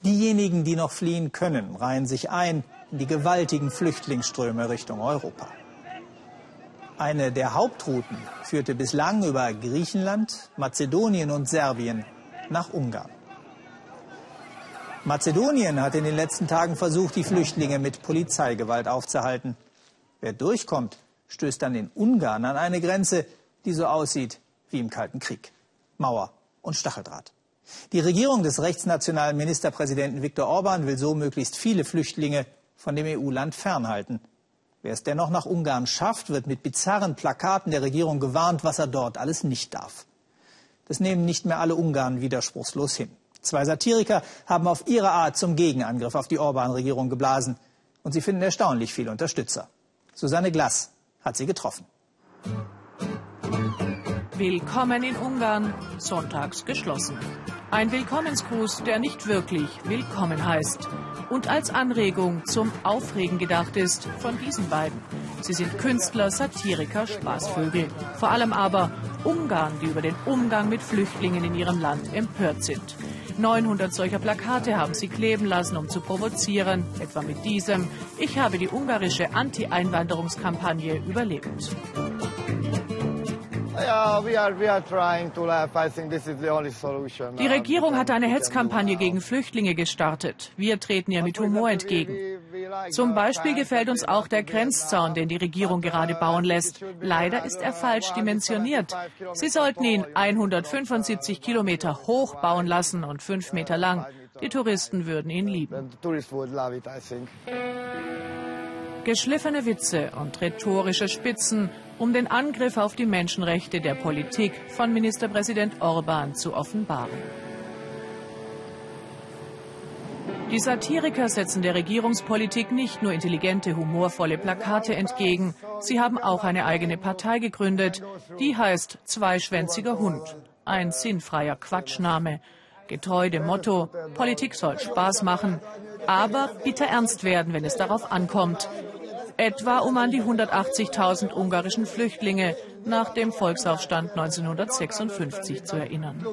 Diejenigen, die noch fliehen können, reihen sich ein in die gewaltigen Flüchtlingsströme Richtung Europa. Eine der Hauptrouten führte bislang über Griechenland, Mazedonien und Serbien nach Ungarn. Mazedonien hat in den letzten Tagen versucht, die Flüchtlinge mit Polizeigewalt aufzuhalten. Wer durchkommt, stößt dann in Ungarn an eine Grenze, die so aussieht wie im Kalten Krieg. Mauer und Stacheldraht. Die Regierung des rechtsnationalen Ministerpräsidenten Viktor Orban will so möglichst viele Flüchtlinge von dem EU-Land fernhalten. Wer es dennoch nach Ungarn schafft, wird mit bizarren Plakaten der Regierung gewarnt, was er dort alles nicht darf. Das nehmen nicht mehr alle Ungarn widerspruchslos hin. 2 Satiriker haben auf ihre Art zum Gegenangriff auf die Orban-Regierung geblasen. Und sie finden erstaunlich viele Unterstützer. Susanne Glass hat sie getroffen. Willkommen in Ungarn, sonntags geschlossen. Ein Willkommensgruß, der nicht wirklich willkommen heißt und als Anregung zum Aufregen gedacht ist von diesen beiden. Sie sind Künstler, Satiriker, Spaßvögel. Vor allem aber Ungarn, die über den Umgang mit Flüchtlingen in ihrem Land empört sind. 900 solcher Plakate haben sie kleben lassen, um zu provozieren, etwa mit diesem: Ich habe die ungarische Anti-Einwanderungskampagne überlebt. Die Regierung hat eine Hetzkampagne gegen Flüchtlinge gestartet. Wir treten ihr mit Humor entgegen. Zum Beispiel gefällt uns auch der Grenzzaun, den die Regierung gerade bauen lässt. Leider ist er falsch dimensioniert. Sie sollten ihn 175 Kilometer hoch bauen lassen und 5 Meter lang. Die Touristen würden ihn lieben. Geschliffene Witze und rhetorische Spitzen, um den Angriff auf die Menschenrechte der Politik von Ministerpräsident Orban zu offenbaren. Die Satiriker setzen der Regierungspolitik nicht nur intelligente, humorvolle Plakate entgegen, sie haben auch eine eigene Partei gegründet, die heißt Zweischwänziger Hund. Ein sinnfreier Quatschname. Getreu dem Motto, Politik soll Spaß machen, aber bitter ernst werden, wenn es darauf ankommt. Etwa um an die 180.000 ungarischen Flüchtlinge nach dem Volksaufstand 1956 zu erinnern.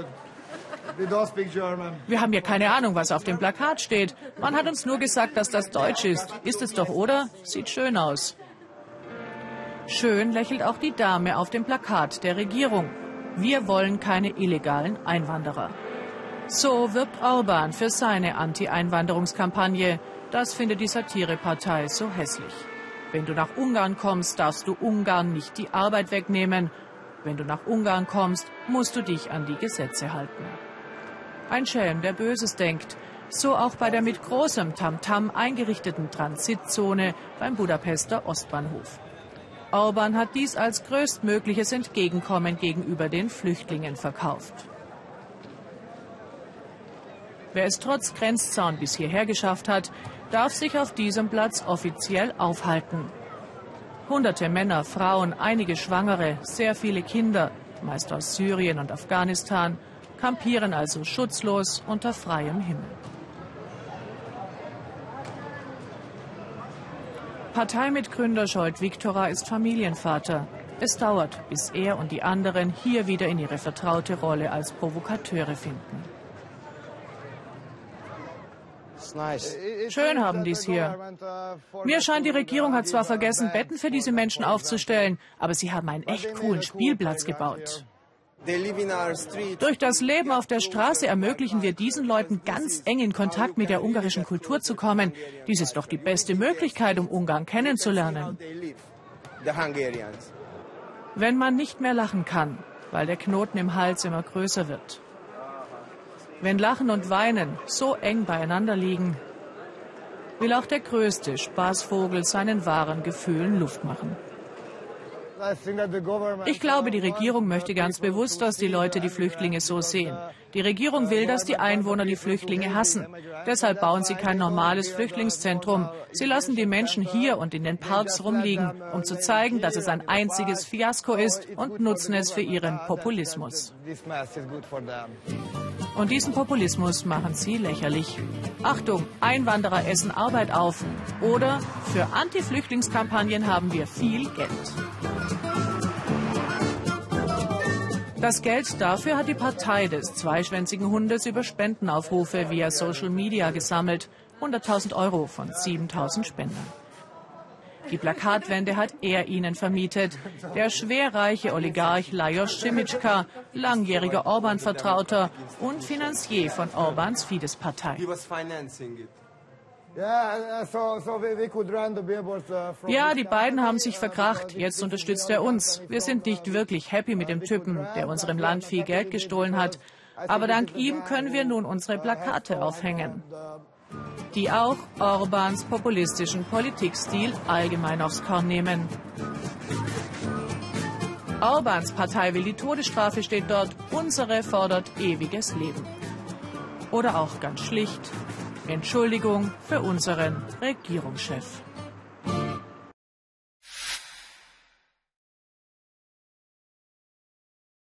Wir haben ja keine Ahnung, was auf dem Plakat steht. Man hat uns nur gesagt, dass das Deutsch ist. Ist es doch, oder? Sieht schön aus. Schön lächelt auch die Dame auf dem Plakat der Regierung. Wir wollen keine illegalen Einwanderer. So wirbt Orban für seine Anti-Einwanderungskampagne. Das findet die Satirepartei so hässlich. Wenn du nach Ungarn kommst, darfst du Ungarn nicht die Arbeit wegnehmen. Wenn du nach Ungarn kommst, musst du dich an die Gesetze halten. Ein Schelm, der Böses denkt. So auch bei der mit großem Tamtam eingerichteten Transitzone beim Budapester Ostbahnhof. Orban hat dies als größtmögliches Entgegenkommen gegenüber den Flüchtlingen verkauft. Wer es trotz Grenzzaun bis hierher geschafft hat, darf sich auf diesem Platz offiziell aufhalten. Hunderte Männer, Frauen, einige Schwangere, sehr viele Kinder, meist aus Syrien und Afghanistan, kampieren also schutzlos unter freiem Himmel. Parteimitgründer Zsolt Viktora ist Familienvater. Es dauert, bis er und die anderen hier wieder in ihre vertraute Rolle als Provokateure finden. Schön haben die es hier. Mir scheint, die Regierung hat zwar vergessen, Betten für diese Menschen aufzustellen, aber sie haben einen echt coolen Spielplatz gebaut. Durch das Leben auf der Straße ermöglichen wir diesen Leuten ganz eng in Kontakt mit der ungarischen Kultur zu kommen. Dies ist doch die beste Möglichkeit, um Ungarn kennenzulernen. Wenn man nicht mehr lachen kann, weil der Knoten im Hals immer größer wird. Wenn Lachen und Weinen so eng beieinander liegen, will auch der größte Spaßvogel seinen wahren Gefühlen Luft machen. Ich glaube, die Regierung möchte ganz bewusst, dass die Leute die Flüchtlinge so sehen. Die Regierung will, dass die Einwohner die Flüchtlinge hassen. Deshalb bauen sie kein normales Flüchtlingszentrum. Sie lassen die Menschen hier und in den Parks rumliegen, um zu zeigen, dass es ein einziges Fiasko ist, und nutzen es für ihren Populismus. Und diesen Populismus machen sie lächerlich. Achtung, Einwanderer essen Arbeit auf. Oder für Anti-Flüchtlingskampagnen haben wir viel Geld. Das Geld dafür hat die Partei des zweischwänzigen Hundes über Spendenaufrufe via Social Media gesammelt. 100.000 € von 7.000 Spendern. Die Plakatwände hat er ihnen vermietet. Der schwerreiche Oligarch Lajos Cimitschka, langjähriger Orban-Vertrauter und Finanzier von Orbans Fidesz-Partei. Ja, die beiden haben sich verkracht. Jetzt unterstützt er uns. Wir sind nicht wirklich happy mit dem Typen, der unserem Land viel Geld gestohlen hat. Aber dank ihm können wir nun unsere Plakate aufhängen, die auch Orbans populistischen Politikstil allgemein aufs Korn nehmen. Orbans Partei will die Todesstrafe, steht dort. Unsere fordert ewiges Leben. Oder auch ganz schlicht: Entschuldigung für unseren Regierungschef.